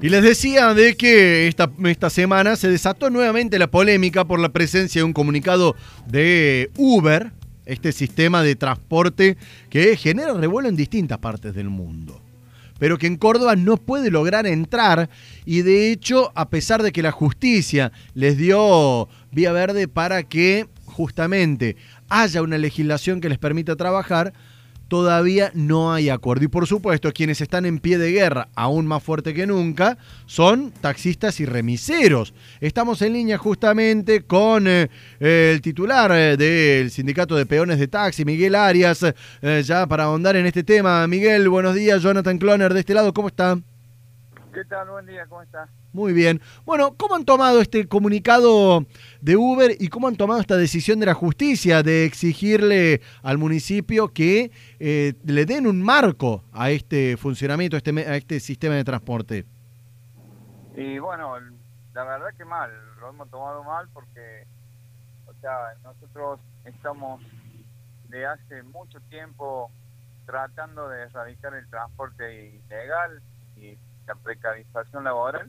Y les decía de que esta semana se desató nuevamente la polémica por la presencia de un comunicado de Uber, este sistema de transporte que genera revuelo en distintas partes del mundo, pero que en Córdoba no puede lograr entrar y de hecho, a pesar de que la justicia les dio vía verde para que justamente haya una legislación que les permita trabajar, todavía no hay acuerdo. Y por supuesto, quienes están en pie de guerra, aún más fuerte que nunca, son taxistas y remiseros. Estamos en línea justamente con el titular del Sindicato de Peones de Taxi, Miguel Arias, ya para ahondar en este tema. Miguel, buenos días. Jonathan Cloner de este lado, ¿cómo está? ¿Qué tal? Buen día, ¿cómo está? Muy bien. Bueno, ¿cómo han tomado este comunicado de Uber y cómo han tomado esta decisión de la justicia de exigirle al municipio que le den un marco a este funcionamiento, a este sistema de transporte? Y bueno, la verdad que mal, lo hemos tomado mal porque, o sea, nosotros estamos de hace mucho tiempo tratando de erradicar el transporte ilegal y la precarización laboral,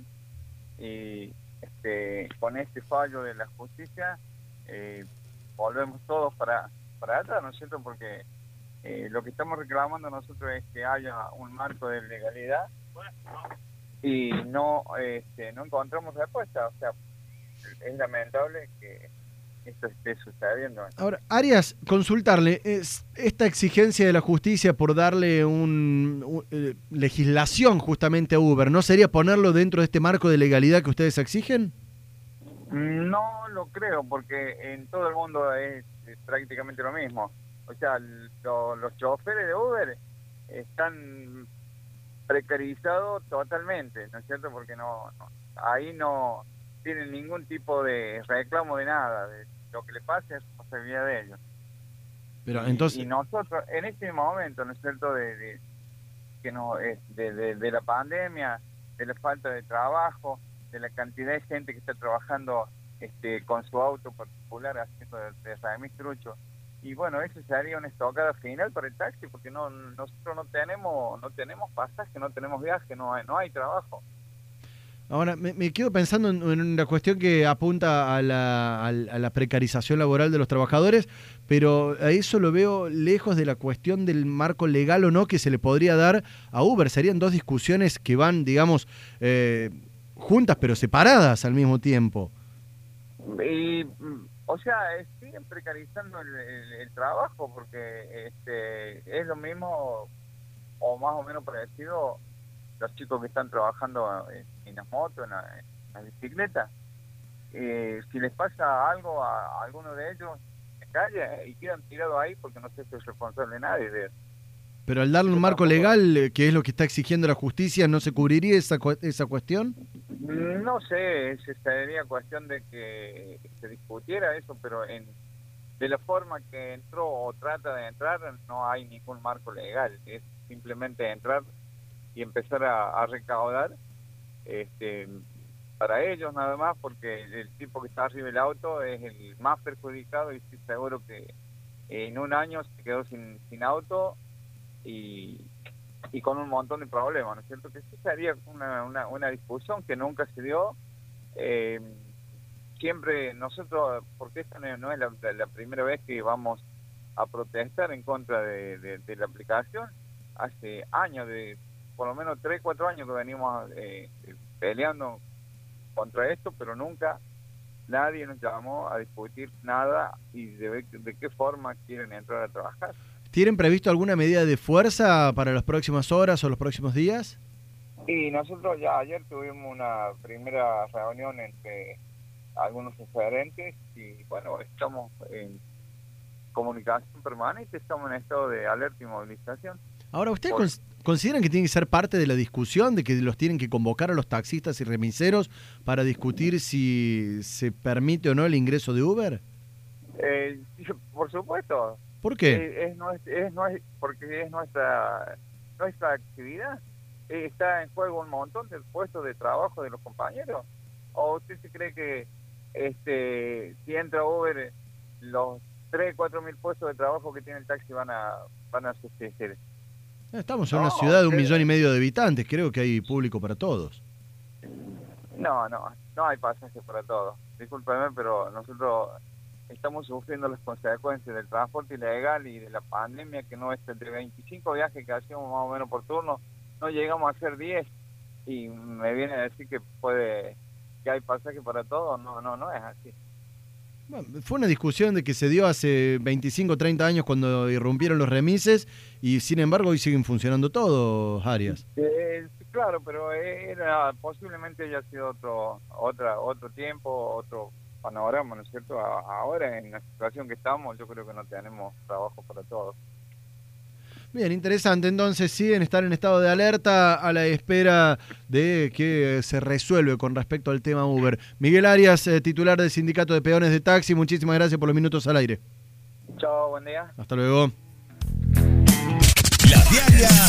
y con este fallo de la justicia volvemos todos para atrás, ¿no es cierto? Porque lo que estamos reclamando nosotros es que haya un marco de legalidad y no encontramos respuesta. O sea, es lamentable que esto esté sucediendo. Ahora, Arias, consultarle, esta exigencia de la justicia por darle legislación justamente a Uber, ¿no sería ponerlo dentro de este marco de legalidad que ustedes exigen? No lo creo, porque en todo el mundo es prácticamente lo mismo. O sea, los choferes de Uber están precarizados totalmente, ¿no es cierto? Porque ahí no tienen ningún tipo de reclamo de nada. Lo que le pase es responsabilidad de ellos. Pero entonces... Y nosotros, en este momento, ¿no es cierto?, de la pandemia, de la falta de trabajo, de la cantidad de gente que está trabajando con su auto particular haciendo de remis trucho. Y bueno, eso sería una estocada final para el taxi, porque nosotros no tenemos pasaje, no tenemos viaje, no hay trabajo. Ahora, me quedo pensando en una cuestión que apunta a la precarización laboral de los trabajadores, pero a eso lo veo lejos de la cuestión del marco legal o no que se le podría dar a Uber. Serían dos discusiones que van, digamos, juntas pero separadas al mismo tiempo. Y, o sea, siguen precarizando el trabajo, porque es lo mismo o más o menos parecido los chicos que están trabajando en las motos, en las bicicletas. Si les pasa algo a alguno de ellos en calle y quedan tirados ahí, porque no sé si es responsable de nadie de eso. Pero al darle un marco legal, que es lo que está exigiendo la justicia, ¿no se cubriría esa cuestión? No sé, sería cuestión de que se discutiera eso, pero de la forma que entró o trata de entrar, no hay ningún marco legal. Es simplemente entrar y empezar a recaudar para ellos nada más, porque el tipo que está arriba del auto es el más perjudicado y estoy seguro que en un año se quedó sin auto y con un montón de problemas, ¿no es cierto? Que sí sería una discusión que nunca se dio. Siempre nosotros, porque esta no es la primera vez que vamos a protestar en contra de la aplicación. Hace años, por lo menos 3, 4 años que venimos peleando contra esto, pero nunca nadie nos llamó a discutir nada y de qué forma quieren entrar a trabajar. ¿Tienen previsto alguna medida de fuerza para las próximas horas o los próximos días? Y nosotros ya ayer tuvimos una primera reunión entre algunos referentes y bueno, estamos en comunicación permanente, estamos en estado de alerta y movilización. Ahora, ¿ustedes consideran que tiene que ser parte de la discusión, de que los tienen que convocar a los taxistas y remiseros para discutir si se permite o no el ingreso de Uber? Por supuesto. ¿Por qué? Porque es nuestra actividad. Está en juego un montón de puestos de trabajo de los compañeros. ¿O usted se cree que si entra Uber, los 3, 4 mil puestos de trabajo que tiene el taxi van a subsistir? Estamos en una ciudad de 1,5 millones de habitantes, creo que hay público para todos. No hay pasaje para todo. Discúlpeme, pero nosotros estamos sufriendo las consecuencias del transporte ilegal y de la pandemia, que no es de 25 viajes que hacíamos más o menos por turno, no llegamos a hacer 10 y me viene a decir que hay pasaje para todo. No es así. Bueno, fue una discusión de que se dio hace 25 o 30 años cuando irrumpieron los remises y sin embargo hoy siguen funcionando todos, Arias. Claro, pero posiblemente haya sido otro tiempo, otro panorama, ¿no es cierto? Ahora, en la situación que estamos, yo creo que no tenemos trabajo para todos. Bien, interesante. Entonces siguen estar en estado de alerta a la espera de que se resuelve con respecto al tema Uber. Miguel Arias, titular del Sindicato de Peones de Taxi, muchísimas gracias por los minutos al aire. Chao, buen día. Hasta luego. La Diaria